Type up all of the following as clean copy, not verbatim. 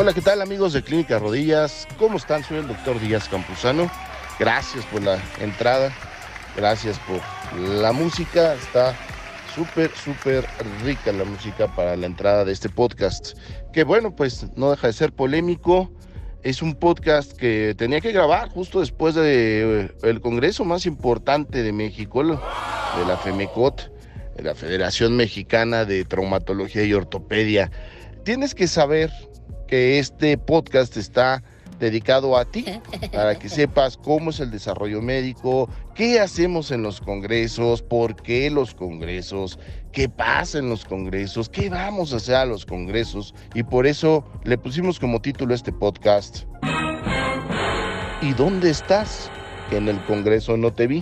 Hola, ¿qué tal amigos de Clínica Rodillas? ¿Cómo están? Soy el doctor Díaz Campuzano. Gracias por la entrada, gracias por la música. Está súper rica la música para la entrada de este podcast. Que bueno, pues no deja de ser polémico. Es un podcast que tenía que grabar justo después de el congreso más importante de México, de la FEMECOT, de la Federación Mexicana de Traumatología y Ortopedia. Tienes que saber que este podcast está dedicado a ti, para que sepas cómo es el desarrollo médico, qué hacemos en los congresos, por qué los congresos, qué pasa en los congresos, qué vamos a hacer a los congresos, y por eso le pusimos como título a este podcast: ¿y dónde estás? Que en el congreso no te vi.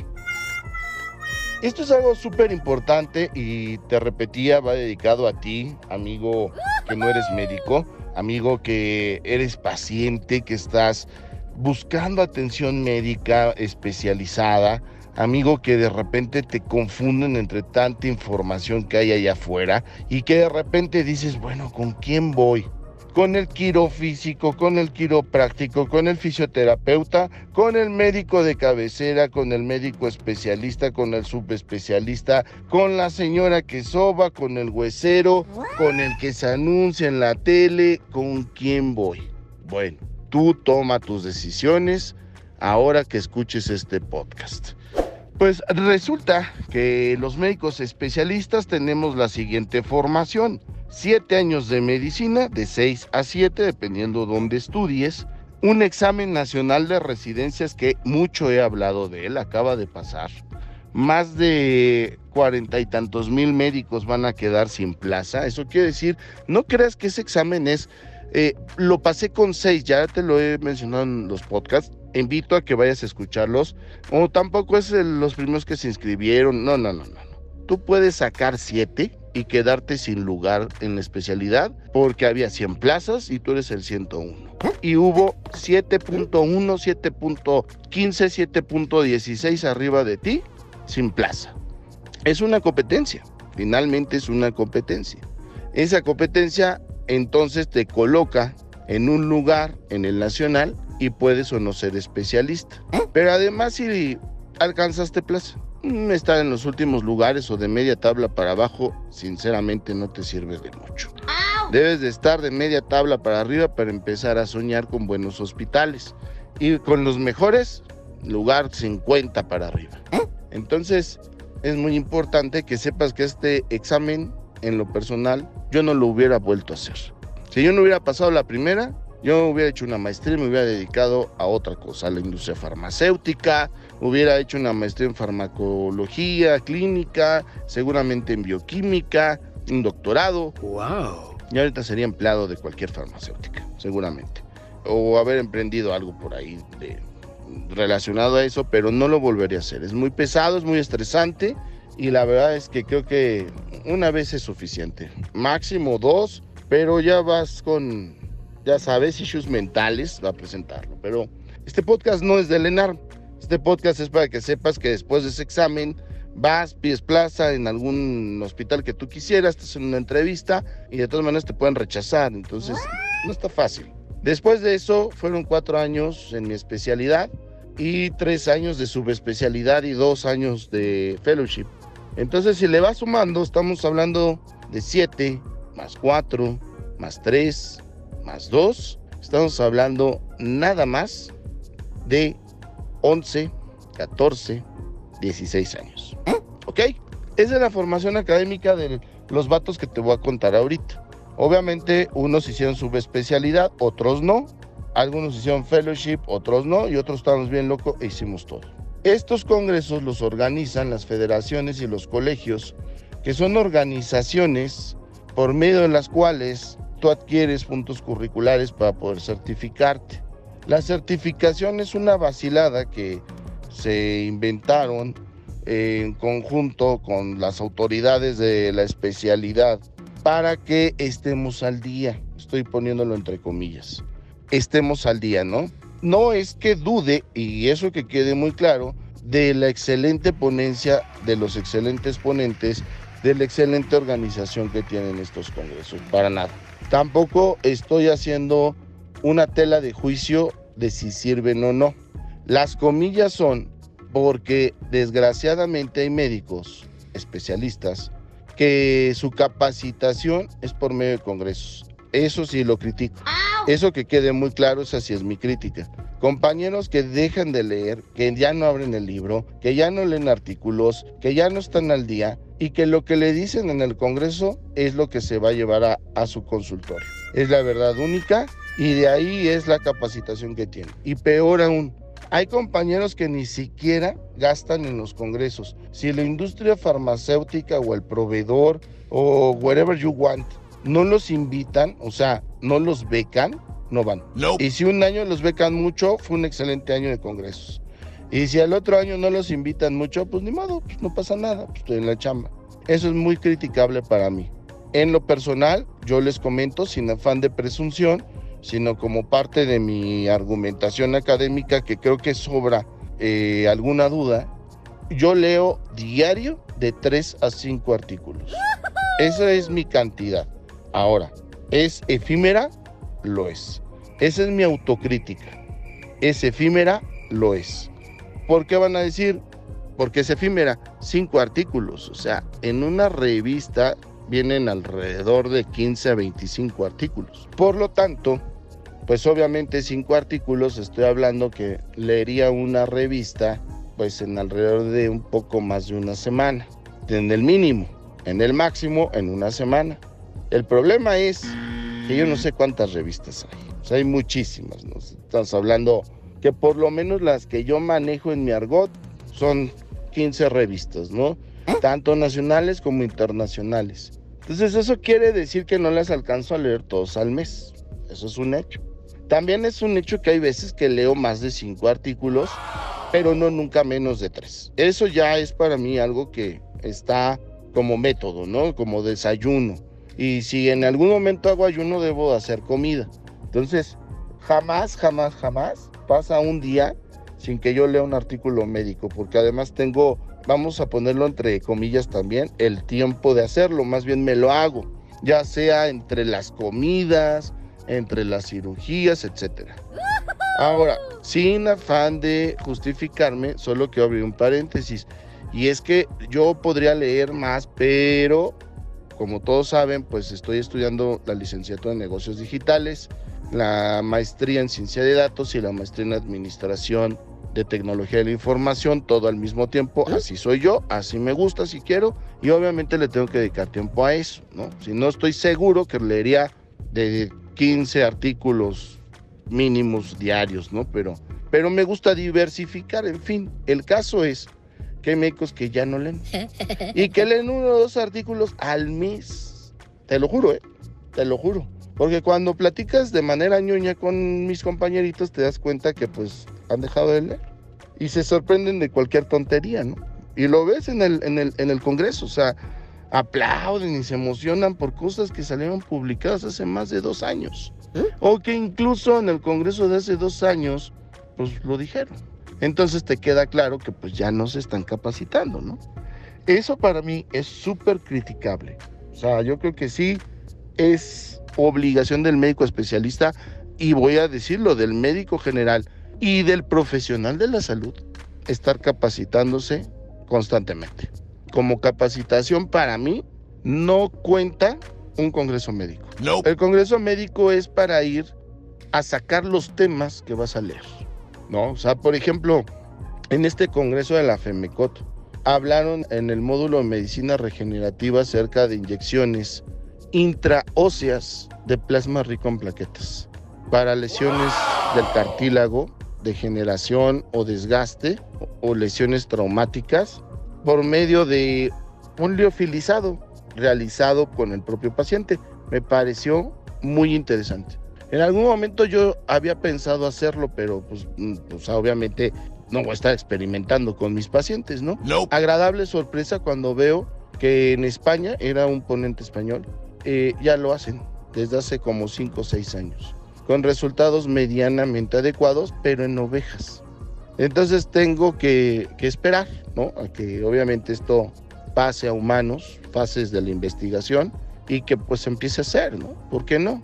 Esto es algo súper importante y te repetía, va dedicado a ti, amigo que no eres médico, amigo que eres paciente, que estás buscando atención médica especializada, amigo que de repente te confunden entre tanta información que hay allá afuera y que de repente dices, bueno, ¿con quién voy? Con el quirofísico, con el quiropráctico, con el fisioterapeuta, con el médico de cabecera, con el médico especialista, con el subespecialista, con la señora que soba, con el huesero, con el que se anuncia en la tele. ¿Con quién voy? Bueno, tú toma tus decisiones ahora que escuches este podcast. Pues resulta que los médicos especialistas tenemos la siguiente formación: 7 años de medicina, de 6 a 7, dependiendo dónde estudies. Un examen nacional de residencias que mucho he hablado de él, acaba de pasar. Más de 40 y tantos mil médicos van a quedar sin plaza. Eso quiere decir, no creas que ese examen es... lo pasé con 6, ya te lo he mencionado en los podcasts. Invito a que vayas a escucharlos. O tampoco es los primeros que se inscribieron. No. Tú puedes sacar 7 y quedarte sin lugar en la especialidad porque había 100 plazas y tú eres el 101. Y hubo 7.1, 7.15, 7.16 arriba de ti sin plaza. Es una competencia, finalmente es una competencia. Esa competencia entonces te coloca en un lugar en el nacional y puedes o no ser especialista. Pero además, si alcanzaste plaza, estar en los últimos lugares o de media tabla para abajo, sinceramente no te sirve de mucho. Debes de estar de media tabla para arriba para empezar a soñar con buenos hospitales. Y con los mejores, lugar 50 para arriba. Entonces, es muy importante que sepas que este examen, en lo personal, yo no lo hubiera vuelto a hacer. Si yo no hubiera pasado la primera, yo hubiera hecho una maestría y me hubiera dedicado a otra cosa, a la industria farmacéutica, hubiera hecho una maestría en farmacología clínica, seguramente en bioquímica, un doctorado. ¡Wow! Y ahorita sería empleado de cualquier farmacéutica, seguramente. O haber emprendido algo por ahí relacionado a eso, pero no lo volvería a hacer. Es muy pesado, es muy estresante y la verdad es que creo que una vez es suficiente. Máximo 2, pero ya vas con... ya sabes, issues mentales, va a presentarlo. Pero este podcast no es de ENARM. Este podcast es para que sepas que después de ese examen vas, pides plaza en algún hospital que tú quisieras, estás en una entrevista y de todas maneras te pueden rechazar. Entonces, no está fácil. Después de eso, fueron 4 años en mi especialidad y 3 años de subespecialidad y 2 años de fellowship. Entonces, si le vas sumando, estamos hablando de 7 más 4 más 3... más 2, estamos hablando nada más de 11, 14, 16 años. ¿Ok? Esa es la formación académica de los vatos que te voy a contar ahorita. Obviamente, unos hicieron subespecialidad, otros no. Algunos hicieron fellowship, otros no. Y otros estábamos bien locos e hicimos todo. Estos congresos los organizan las federaciones y los colegios, que son organizaciones por medio de las cuales tú adquieres puntos curriculares para poder certificarte. La certificación es una vacilada que se inventaron en conjunto con las autoridades de la especialidad para que estemos al día. Estoy poniéndolo entre comillas. Estemos al día, ¿no? No es que dude, y eso que quede muy claro, de la excelente ponencia, de los excelentes ponentes, de la excelente organización que tienen estos congresos. Para nada. Tampoco estoy haciendo una tela de juicio de si sirven o no. Las comillas son porque desgraciadamente hay médicos especialistas que su capacitación es por medio de congresos. Eso sí lo critico. Eso que quede muy claro, esa sí es mi crítica. Compañeros que dejan de leer, que ya no abren el libro, que ya no leen artículos, que ya no están al día y que lo que le dicen en el congreso es lo que se va a llevar a su consultorio. Es la verdad única y de ahí es la capacitación que tienen. Y peor aún, hay compañeros que ni siquiera gastan en los congresos. Si la industria farmacéutica o el proveedor o whatever you want no los invitan, o sea, no los becan, no van. Y si un año los becan mucho, fue un excelente año de congresos. Y si al otro año no los invitan mucho, pues ni modo, pues no pasa nada, pues estoy en la chamba. Eso es muy criticable para mí. En lo personal, yo les comento sin afán de presunción, sino como parte de mi argumentación académica, que creo que sobra alguna duda, yo leo diario de 3 a 5 artículos. Esa es mi cantidad. Ahora, ¿es efímera? Lo es. Esa es mi autocrítica. ¿Es efímera? Lo es. ¿Por qué van a decir? Porque es efímera. 5 artículos. O sea, en una revista vienen alrededor de 15 a 25 artículos. Por lo tanto, pues obviamente 5 artículos, estoy hablando que leería una revista pues en alrededor de un poco más de una semana. En el mínimo, en el máximo, en una semana. El problema es que yo no sé cuántas revistas hay. O sea, hay muchísimas, ¿no? Estamos hablando que por lo menos las que yo manejo en mi argot son 15 revistas, ¿no? Tanto nacionales como internacionales. Entonces eso quiere decir que no las alcanzo a leer todos al mes. Eso es un hecho. También es un hecho que hay veces que leo más de 5 artículos, pero no nunca menos de 3. Eso ya es para mí algo que está como método, ¿no? Como desayuno. Y si en algún momento hago ayuno, debo de hacer comida. Entonces, jamás pasa un día sin que yo lea un artículo médico, porque además tengo, vamos a ponerlo entre comillas también, el tiempo de hacerlo, más bien me lo hago, ya sea entre las comidas, entre las cirugías, etcétera. Ahora, sin afán de justificarme, solo quiero abrir un paréntesis, y es que yo podría leer más, pero como todos saben, pues estoy estudiando la licenciatura en negocios digitales, la maestría en ciencia de datos y la maestría en administración de tecnología de la información, todo al mismo tiempo. Así soy yo, así me gusta, si quiero, y obviamente le tengo que dedicar tiempo a eso, ¿no? Si no, estoy seguro que leería de 15 artículos mínimos diarios, ¿no? Pero me gusta diversificar, en fin. El caso es que hay médicos que ya no leen y que leen 1 o 2 artículos al mes. Te lo juro, te lo juro. Porque cuando platicas de manera ñoña con mis compañeritos te das cuenta que pues han dejado de leer y se sorprenden de cualquier tontería, ¿no? Y lo ves en el Congreso, o sea, aplauden y se emocionan por cosas que salieron publicadas hace más de 2 años. O que incluso en el Congreso de hace 2 años, pues lo dijeron. Entonces te queda claro que pues ya no se están capacitando, ¿no? Eso para mí es súper criticable. O sea, yo creo que sí es obligación del médico especialista, y voy a decirlo, del médico general y del profesional de la salud, estar capacitándose constantemente. Como capacitación para mí no cuenta un congreso médico. No. El congreso médico es para ir a sacar los temas que vas a leer, ¿no? O sea, por ejemplo, en este congreso de la FEMECOT hablaron en el módulo de medicina regenerativa acerca de inyecciones intraóseas de plasma rico en plaquetas para lesiones del cartílago, degeneración o desgaste o lesiones traumáticas por medio de un liofilizado realizado con el propio paciente. Me pareció muy interesante. En algún momento yo había pensado hacerlo, pero pues obviamente no voy a estar experimentando con mis pacientes, ¿no? Agradable sorpresa cuando veo que en España, era un ponente español, ya lo hacen desde hace como 5 o 6 años, con resultados medianamente adecuados, pero en ovejas. Entonces tengo que esperar, ¿no? A que obviamente esto pase a humanos, fases de la investigación, y que pues empiece a hacer, ¿no? ¿Por qué no?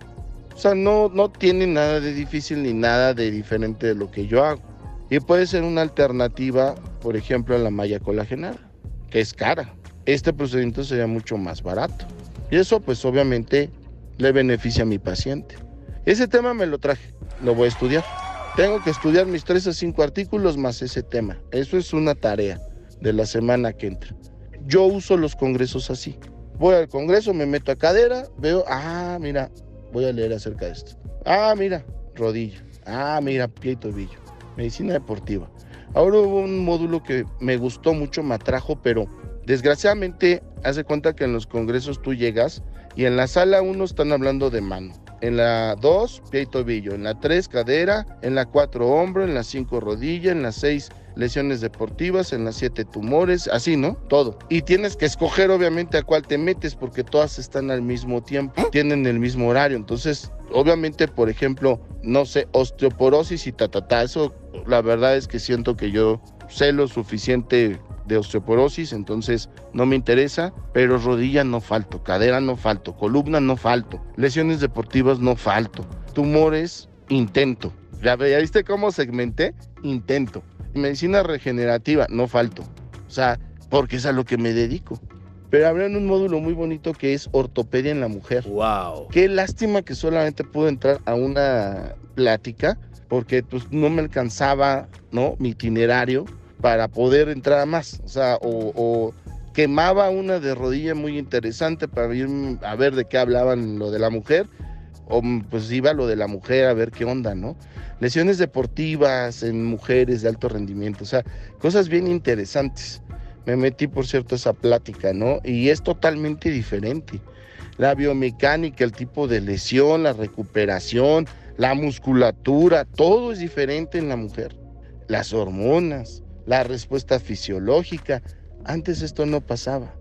O sea, no tiene nada de difícil ni nada de diferente de lo que yo hago. Y puede ser una alternativa, por ejemplo, a la malla colagenada, que es cara. Este procedimiento sería mucho más barato. Y eso, pues, obviamente, le beneficia a mi paciente. Ese tema me lo traje, lo voy a estudiar. Tengo que estudiar mis 3 a 5 artículos más ese tema. Eso es una tarea de la semana que entra. Yo uso los congresos así. Voy al congreso, me meto a cadera, veo, mira, voy a leer acerca de esto. Mira, rodilla. Mira, pie y tobillo. Medicina deportiva. Ahora hubo un módulo que me gustó mucho, me atrajo, pero desgraciadamente, haz de cuenta que en los congresos tú llegas y en la sala 1 están hablando de mano. En la 2, pie y tobillo. En la 3, cadera. En la 4, hombro. En la 5, rodilla. En la 6, lesiones deportivas. En la 7, tumores. Así, ¿no? Todo. Y tienes que escoger, obviamente, a cuál te metes porque todas están al mismo tiempo. Tienen el mismo horario. Entonces, obviamente, por ejemplo, no sé, osteoporosis y Eso, la verdad es que siento que yo sé lo suficiente de osteoporosis, entonces no me interesa, pero rodilla no falto, cadera no falto, columna no falto, lesiones deportivas no falto, tumores intento. ¿Ya viste cómo segmenté? Intento. Medicina regenerativa no falto, o sea, porque es a lo que me dedico. Pero abren un módulo muy bonito que es ortopedia en la mujer. ¡Wow! Qué lástima que solamente pude entrar a una plática porque pues no me alcanzaba, ¿no?, mi itinerario para poder entrar a más, o sea, o quemaba una de rodilla muy interesante para ir a ver de qué hablaban lo de la mujer, o pues iba lo de la mujer a ver qué onda, ¿no? Lesiones deportivas en mujeres de alto rendimiento, o sea, cosas bien interesantes. Me metí, por cierto, a esa plática, ¿no? Y es totalmente diferente. La biomecánica, el tipo de lesión, la recuperación, la musculatura, todo es diferente en la mujer. Las hormonas, la respuesta fisiológica. Antes esto no pasaba.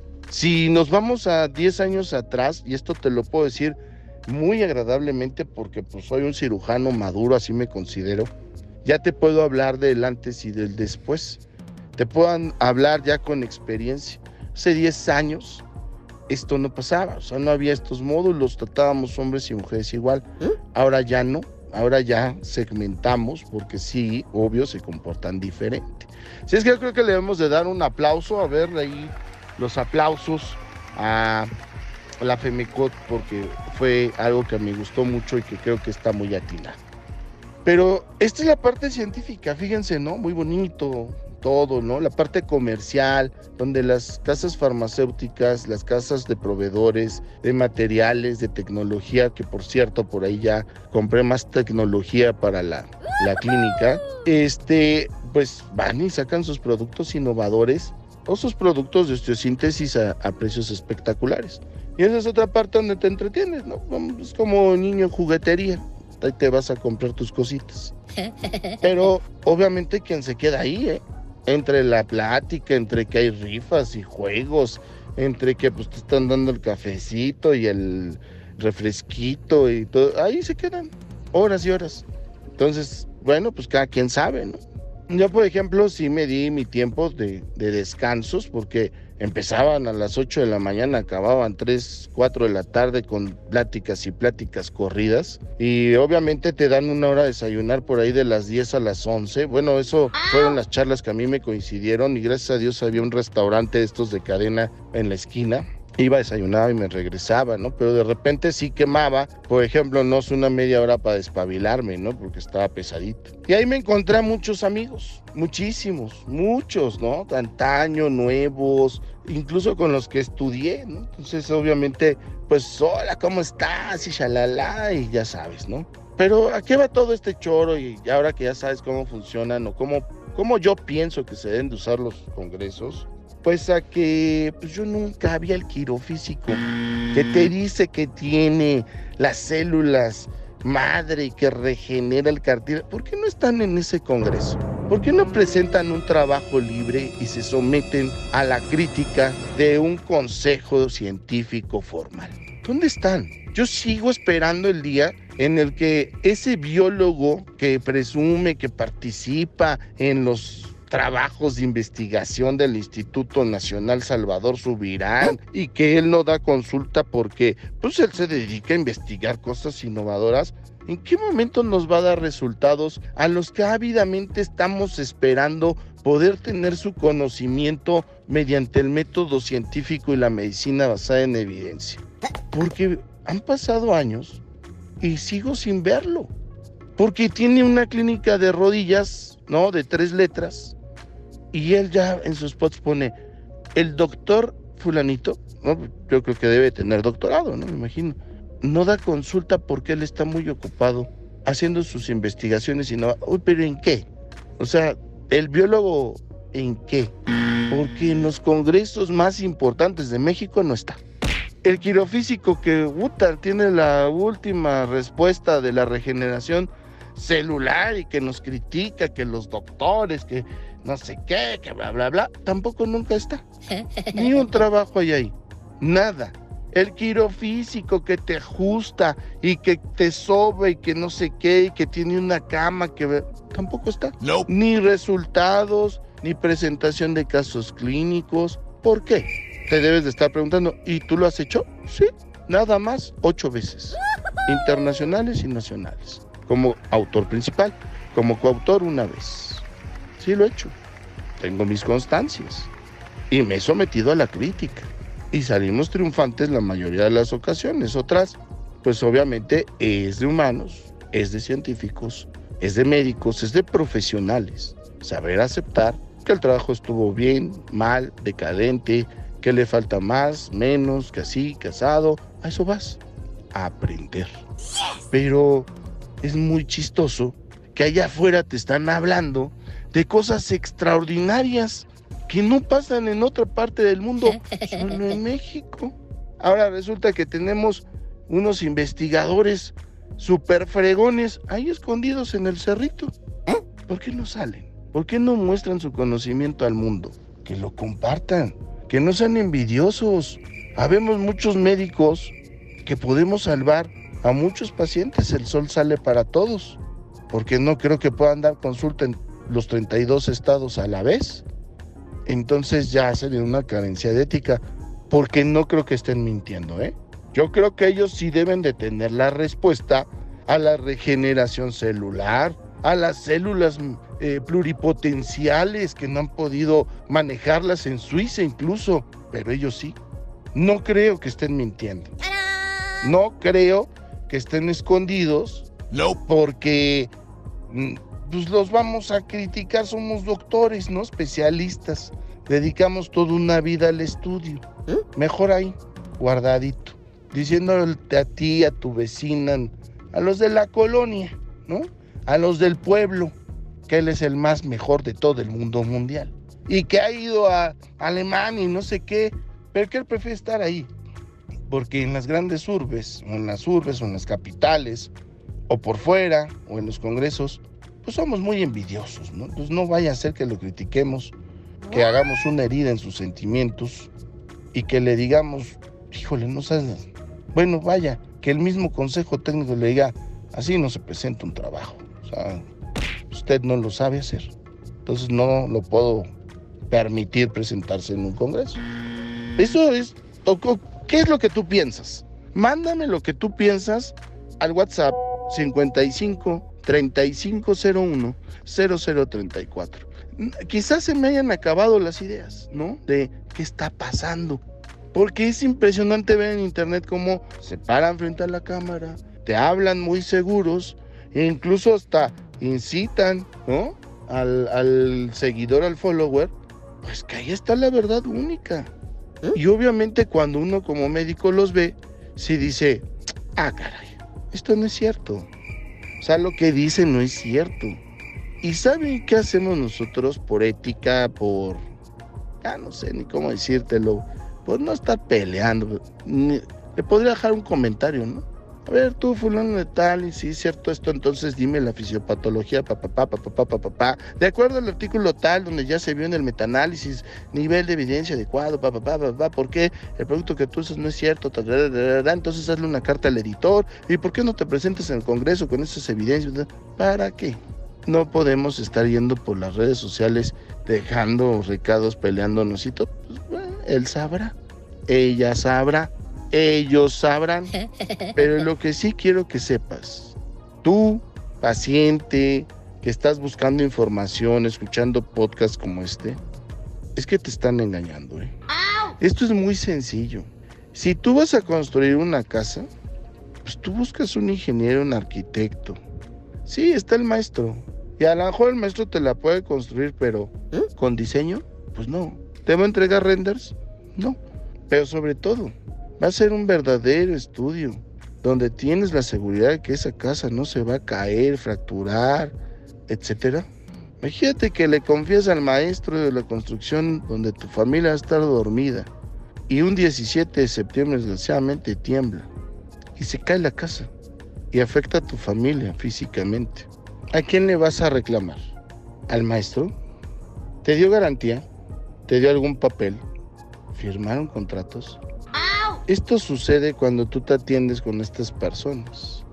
Si nos vamos a 10 años atrás, y esto te lo puedo decir muy agradablemente porque pues soy un cirujano maduro, así me considero, ya te puedo hablar del antes y del después. Te puedo hablar ya con experiencia. Hace 10 años esto no pasaba, o sea, no había estos módulos, tratábamos hombres y mujeres igual. Ahora ya no. Ahora ya segmentamos porque sí, obvio, se comportan diferente. Si es que yo creo que le debemos de dar un aplauso, a ver ahí los aplausos a la FEMICOT porque fue algo que me gustó mucho y que creo que está muy atinado. Pero esta es la parte científica, fíjense, ¿no? Muy bonito todo, ¿no? La parte comercial, donde las casas farmacéuticas, las casas de proveedores, de materiales, de tecnología, que por cierto, por ahí ya compré más tecnología para la clínica, pues van y sacan sus productos innovadores o sus productos de osteosíntesis a precios espectaculares. Y esa es otra parte donde te entretienes, ¿no? Es como niño en juguetería. Ahí te vas a comprar tus cositas. Pero obviamente quien se queda ahí, entre la plática, entre que hay rifas y juegos, entre que pues te están dando el cafecito y el refresquito y todo, ahí se quedan horas y horas. Entonces, bueno, pues cada quien sabe, ¿no? Yo, por ejemplo, sí me di mi tiempo de descansos porque empezaban a las 8 de la mañana, acababan 3, 4 de la tarde con pláticas y pláticas corridas. Y obviamente te dan una hora de desayunar por ahí de las 10 a las 11. Bueno, eso fueron las charlas que a mí me coincidieron y gracias a Dios había un restaurante de estos de cadena en la esquina. Iba, desayunaba y me regresaba, ¿no? Pero de repente sí quemaba, por ejemplo, no es una media hora para despabilarme, ¿no? Porque estaba pesadito. Y ahí me encontré a muchos amigos, muchísimos, muchos, ¿no? De antaño, nuevos, incluso con los que estudié, ¿no? Entonces, obviamente, pues, hola, ¿cómo estás? Y shalala, y ya sabes, ¿no? Pero ¿a qué va todo este choro? Y ahora que ya sabes cómo funcionan o cómo yo pienso que se deben de usar los congresos, pues a que pues yo nunca había el quirofísico que te dice que tiene las células madre y que regenera el cartílago. ¿Por qué no están en ese congreso? ¿Por qué no presentan un trabajo libre y se someten a la crítica de un consejo científico formal? ¿Dónde están? Yo sigo esperando el día en el que ese biólogo que presume que participa en los trabajos de investigación del Instituto Nacional Salvador Subirán y que él no da consulta porque pues él se dedica a investigar cosas innovadoras. ¿En qué momento nos va a dar resultados a los que ávidamente estamos esperando poder tener su conocimiento mediante el método científico y la medicina basada en evidencia? Porque han pasado años y sigo sin verlo. Porque tiene una clínica de rodillas, ¿no? De 3 letras. Y él ya en sus spots pone, el doctor fulanito, ¿no? Yo creo que debe tener doctorado, ¿no? Me imagino. No da consulta porque él está muy ocupado haciendo sus investigaciones y no... Uy, ¿pero en qué? O sea, el biólogo, ¿en qué? Porque en los congresos más importantes de México no está. El quirofísico que tiene la última respuesta de la regeneración celular y que nos critica, que los doctores, que no sé qué, que bla, bla, bla, tampoco nunca está. Ni un trabajo hay ahí, nada. El quirofísico que te ajusta y que te soba y que no sé qué y que tiene una cama que tampoco está. No. Ni resultados, ni presentación de casos clínicos. ¿Por qué? Te debes de estar preguntando, ¿y tú lo has hecho? Sí, nada más 8 veces, internacionales y nacionales, como autor principal, como coautor una vez. Sí lo he hecho, tengo mis constancias y me he sometido a la crítica y salimos triunfantes la mayoría de las ocasiones. Otras, pues obviamente es de humanos, es de científicos, es de médicos, es de profesionales. Saber aceptar que el trabajo estuvo bien, mal, decadente, que le falta más, menos, que así, que asado. A eso vas, a aprender. Pero es muy chistoso que allá afuera te están hablando de cosas extraordinarias que no pasan en otra parte del mundo, solo en México. Ahora resulta que tenemos unos investigadores súper fregones ahí escondidos en el cerrito. ¿Por qué no salen? ¿Por qué no muestran su conocimiento al mundo? Que lo compartan, que no sean envidiosos. Habemos muchos médicos que podemos salvar a muchos pacientes. El sol sale para todos, porque no creo que puedan dar consulta en los 32 estados a la vez. Entonces ya sería una carencia de ética, porque no creo que estén mintiendo, ¿eh? Yo creo que ellos sí deben de tener la respuesta a la regeneración celular, a las células pluripotenciales que no han podido manejarlas en Suiza incluso, pero ellos sí. No creo que estén mintiendo. No creo que estén escondidos, no, porque pues los vamos a criticar, somos doctores, ¿no? Especialistas, dedicamos toda una vida al estudio. Mejor ahí, guardadito, diciéndole a ti, a tu vecina, a los de la colonia, ¿no? A los del pueblo, que él es el más mejor de todo el mundo mundial, y que ha ido a Alemania y no sé qué, pero que él prefiere estar ahí, porque en las grandes urbes, o en las capitales, o por fuera, o en los congresos, pues somos muy envidiosos, ¿no? Pues no vaya a ser que lo critiquemos, que hagamos una herida en sus sentimientos y que le digamos, híjole, no sabes. Bueno, vaya, que el mismo consejo técnico le diga, así no se presenta un trabajo. O sea, usted no lo sabe hacer. Entonces no lo puedo permitir presentarse en un congreso. Eso es, ¿qué es lo que tú piensas? Mándame lo que tú piensas al WhatsApp 55 3501 0034. Quizás se me hayan acabado las ideas, ¿no? De qué está pasando. Porque es impresionante ver en internet cómo se paran frente a la cámara, te hablan muy seguros e incluso hasta incitan, ¿no? Al seguidor, al follower, pues que ahí está la verdad única. Y obviamente cuando uno como médico los ve, sí dice, caray, esto no es cierto. O sea, lo que dicen no es cierto. ¿Y saben qué hacemos nosotros por ética, por, no sé ni cómo decírtelo, por no estar peleando? Le podría dejar un comentario, ¿no? A ver, tú, fulano de tal, y si es cierto esto, entonces dime la fisiopatología, de acuerdo al artículo tal, donde ya se vio en el metaanálisis, nivel de evidencia adecuado, ¿por qué el producto que tú usas no es cierto? Entonces hazle una carta al editor, ¿y por qué no te presentas en el Congreso con esas evidencias? ¿Para qué? No podemos estar yendo por las redes sociales dejando recados peleándonos y todo, pues, bueno, él sabrá, ella sabrá, ellos sabrán. Pero lo que sí quiero que sepas, tú, paciente, que estás buscando información, escuchando podcasts como este, es que te están engañando, ¿eh? Esto es muy sencillo. Si tú vas a construir una casa, pues tú buscas un ingeniero, un arquitecto. Sí, está el maestro. Y a lo mejor el maestro te la puede construir, pero ¿con diseño? Pues no. ¿Te va a entregar renders? No. Pero sobre todo, va a ser un verdadero estudio donde tienes la seguridad de que esa casa no se va a caer, fracturar, etcétera. Imagínate que le confías al maestro de la construcción donde tu familia va a estar dormida y un 17 de septiembre desgraciadamente tiembla y se cae la casa y afecta a tu familia físicamente. ¿A quién le vas a reclamar? ¿Al maestro? ¿Te dio garantía? ¿Te dio algún papel? ¿Firmaron contratos? Esto sucede cuando tú te atiendes con estas personas.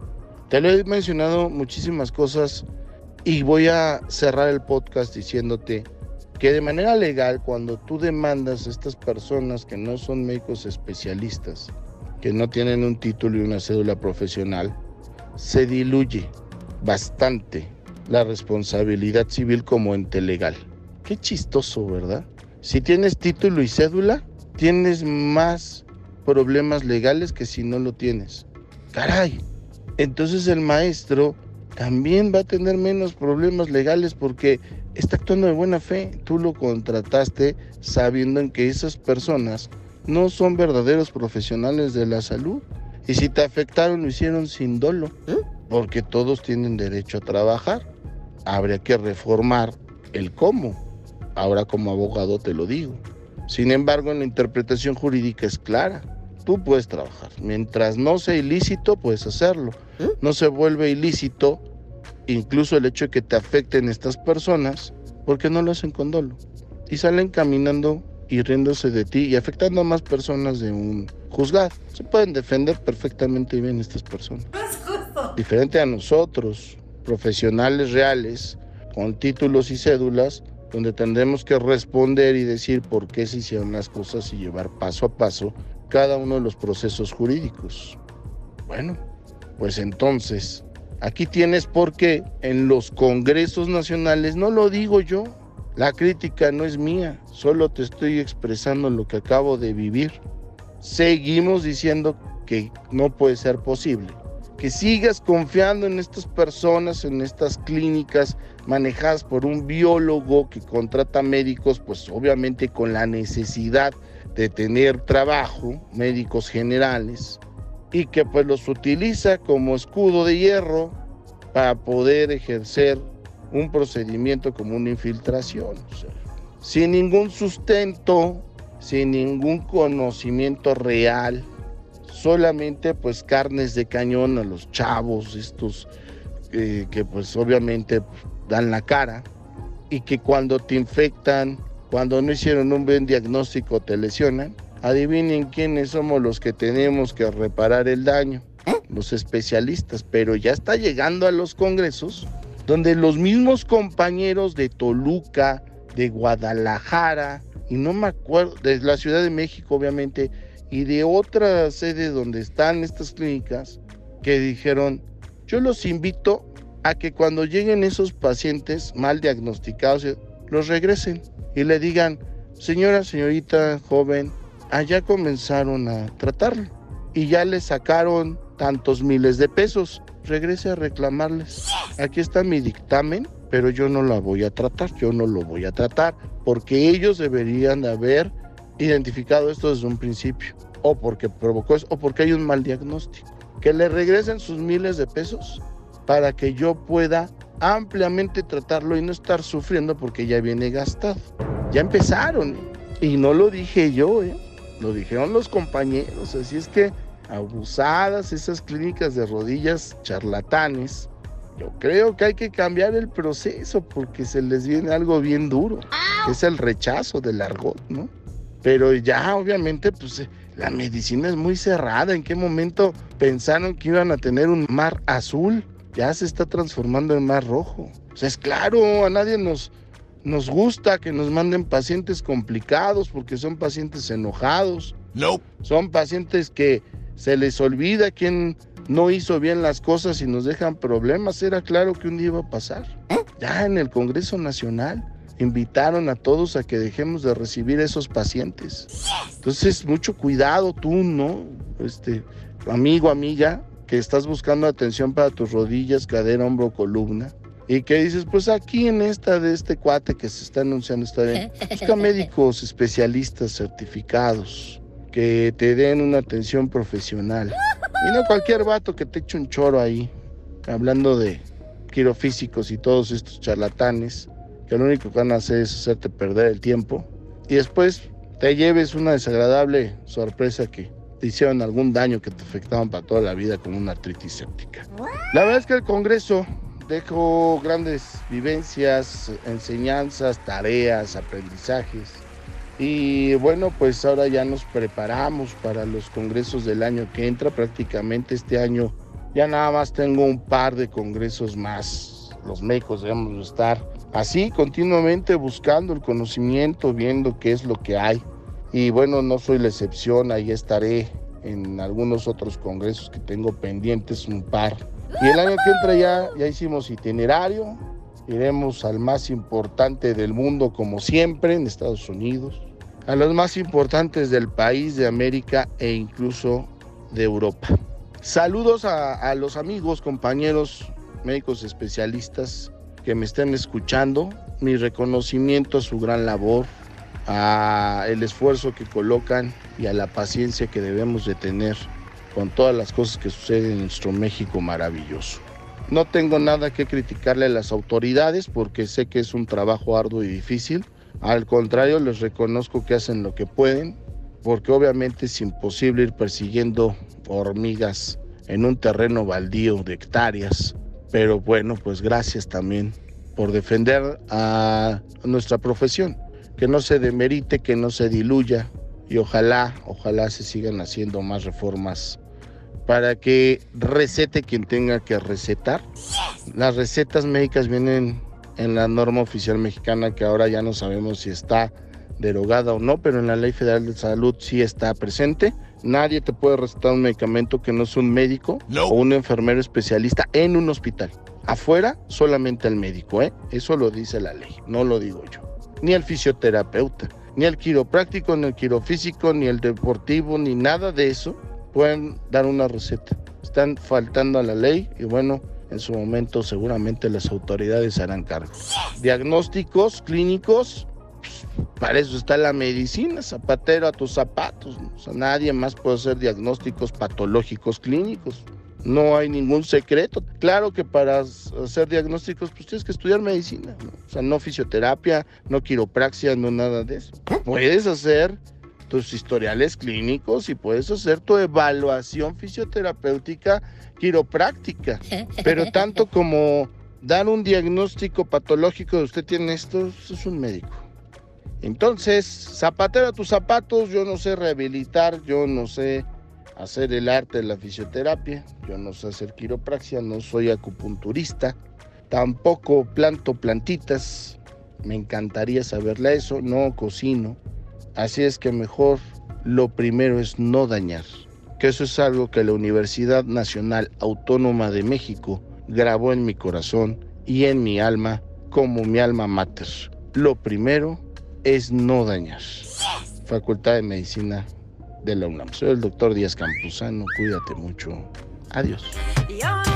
Te lo he mencionado muchísimas cosas y voy a cerrar el podcast diciéndote que de manera legal, cuando tú demandas a estas personas que no son médicos especialistas, que no tienen un título y una cédula profesional, se diluye bastante la responsabilidad civil como ente legal. Qué chistoso, ¿verdad? Si tienes título y cédula, tienes más problemas legales que si no lo tienes. ¡Caray! Entonces el maestro también va a tener menos problemas legales porque está actuando de buena fe. Tú lo contrataste sabiendo en que esas personas no son verdaderos profesionales de la salud. Y si te afectaron, lo hicieron sin dolo, porque todos tienen derecho a trabajar. Habría que reformar el cómo. Ahora como abogado te lo digo. Sin embargo, en la interpretación jurídica es clara. Tú puedes trabajar. Mientras no sea ilícito, puedes hacerlo. No se vuelve ilícito incluso el hecho de que te afecten estas personas porque no lo hacen con dolo. Y salen caminando y riéndose de ti y afectando a más personas de un juzgado. Se pueden defender perfectamente bien estas personas. No es justo. Diferente a nosotros, profesionales reales, con títulos y cédulas, donde tendremos que responder y decir por qué se hicieron las cosas y llevar paso a paso cada uno de los procesos jurídicos. Bueno, pues entonces, aquí tienes por qué en los congresos nacionales, no lo digo yo, la crítica no es mía, solo te estoy expresando lo que acabo de vivir. Seguimos diciendo que no puede ser posible que sigas confiando en estas personas, en estas clínicas manejadas por un biólogo que contrata médicos, pues obviamente con la necesidad de tener trabajo, médicos generales, y que pues los utiliza como escudo de hierro para poder ejercer un procedimiento como una infiltración, o sea, sin ningún sustento, sin ningún conocimiento real, solamente pues carnes de cañón a los chavos estos que pues obviamente dan la cara y que cuando te infectan, cuando no hicieron un buen diagnóstico te lesionan. Adivinen quiénes somos los que tenemos que reparar el daño, los especialistas, pero ya está llegando a los congresos donde los mismos compañeros de Toluca, de Guadalajara y no me acuerdo, de la Ciudad de México obviamente, y de otra sede donde están estas clínicas, que dijeron, yo los invito a que cuando lleguen esos pacientes mal diagnosticados, los regresen y le digan, señorita, joven, allá comenzaron a tratarlo y ya le sacaron tantos miles de pesos, regrese a reclamarles. Aquí está mi dictamen, pero yo no la voy a tratar, yo no lo voy a tratar, porque ellos deberían de haber identificado esto desde un principio, o porque provocó eso, o porque hay un mal diagnóstico. Que le regresen sus miles de pesos para que yo pueda ampliamente tratarlo y no estar sufriendo porque ya viene gastado. Ya empezaron, y no lo dije yo, lo dijeron los compañeros, así es que abusadas esas clínicas de rodillas charlatanes. Yo creo que hay que cambiar el proceso porque se les viene algo bien duro, que es el rechazo del argot, ¿no? Pero ya obviamente pues la medicina es muy cerrada. ¿En qué momento pensaron que iban a tener un mar azul? Ya se está transformando en mar rojo. O sea, es claro, a nadie nos Nos gusta que nos manden pacientes complicados porque son pacientes enojados. Nope. Son pacientes que se les olvida quién no hizo bien las cosas y nos dejan problemas. Era claro que un día iba a pasar. Ya en el Congreso Nacional invitaron a todos a que dejemos de recibir esos pacientes. Entonces, mucho cuidado tú, ¿no? Amigo, amiga, que estás buscando atención para tus rodillas, cadera, hombro, columna. Y que dices, pues aquí en esta de este cuate que se está anunciando está bien. Busca médicos especialistas certificados que te den una atención profesional. Y no cualquier vato que te eche un choro ahí, hablando de quirofísicos y todos estos charlatanes, que lo único que van a hacer es hacerte perder el tiempo. Y después te lleves una desagradable sorpresa que te hicieron algún daño que te afectaban para toda la vida como una artritis séptica. La verdad es que el Congreso dejó grandes vivencias, enseñanzas, tareas, aprendizajes. Y bueno, pues ahora ya nos preparamos para los congresos del año que entra. Prácticamente este año ya nada más tengo un par de congresos más. Los médicos debemos estar así continuamente buscando el conocimiento, viendo qué es lo que hay. Y bueno, no soy la excepción, ahí estaré en algunos otros congresos que tengo pendientes, un par. Y el año que entra ya hicimos itinerario, iremos al más importante del mundo como siempre, en Estados Unidos, a los más importantes del país, de América e incluso de Europa. Saludos a los amigos, compañeros, médicos especialistas que me estén escuchando, mi reconocimiento a su gran labor, a el esfuerzo que colocan y a la paciencia que debemos de tener con todas las cosas que suceden en nuestro México maravilloso. No tengo nada que criticarle a las autoridades porque sé que es un trabajo arduo y difícil. Al contrario, les reconozco que hacen lo que pueden, porque obviamente es imposible ir persiguiendo hormigas en un terreno baldío de hectáreas. Pero bueno, pues gracias también por defender a nuestra profesión, que no se demerite, que no se diluya y ojalá se sigan haciendo más reformas para que recete quien tenga que recetar. Las recetas médicas vienen en la norma oficial mexicana, que ahora ya no sabemos si está derogada o no, pero en la Ley Federal de Salud sí está presente. Nadie te puede recetar un medicamento que no es un médico o un enfermero especialista en un hospital. Afuera, solamente el médico, Eso lo dice la ley, no lo digo yo. Ni el fisioterapeuta, ni el quiropráctico, ni el quirofísico, ni el deportivo, ni nada de eso pueden dar una receta. Están faltando a la ley y bueno, en su momento seguramente las autoridades harán cargo. Diagnósticos clínicos, pues, para eso está la medicina, zapatero a tus zapatos, ¿no? O sea, nadie más puede hacer diagnósticos patológicos clínicos. No hay ningún secreto. Claro que para hacer diagnósticos pues tienes que estudiar medicina, ¿no? O sea, no fisioterapia, no quiropraxia, no nada de eso. Puedes hacer tus historiales clínicos y puedes hacer tu evaluación fisioterapéutica quiropráctica, pero tanto como dar un diagnóstico patológico de usted tiene esto, es un médico. Entonces, zapatero a tus zapatos, yo no sé rehabilitar, yo no sé hacer el arte de la fisioterapia, yo no sé hacer quiropraxia, no soy acupunturista, tampoco planto plantitas, me encantaría saberle eso, no cocino. Así es que mejor lo primero es no dañar, que eso es algo que la Universidad Nacional Autónoma de México grabó en mi corazón y en mi alma como mi alma mater. Lo primero es no dañar. Facultad de Medicina de la UNAM. Soy el doctor Díaz Campuzano, cuídate mucho. Adiós.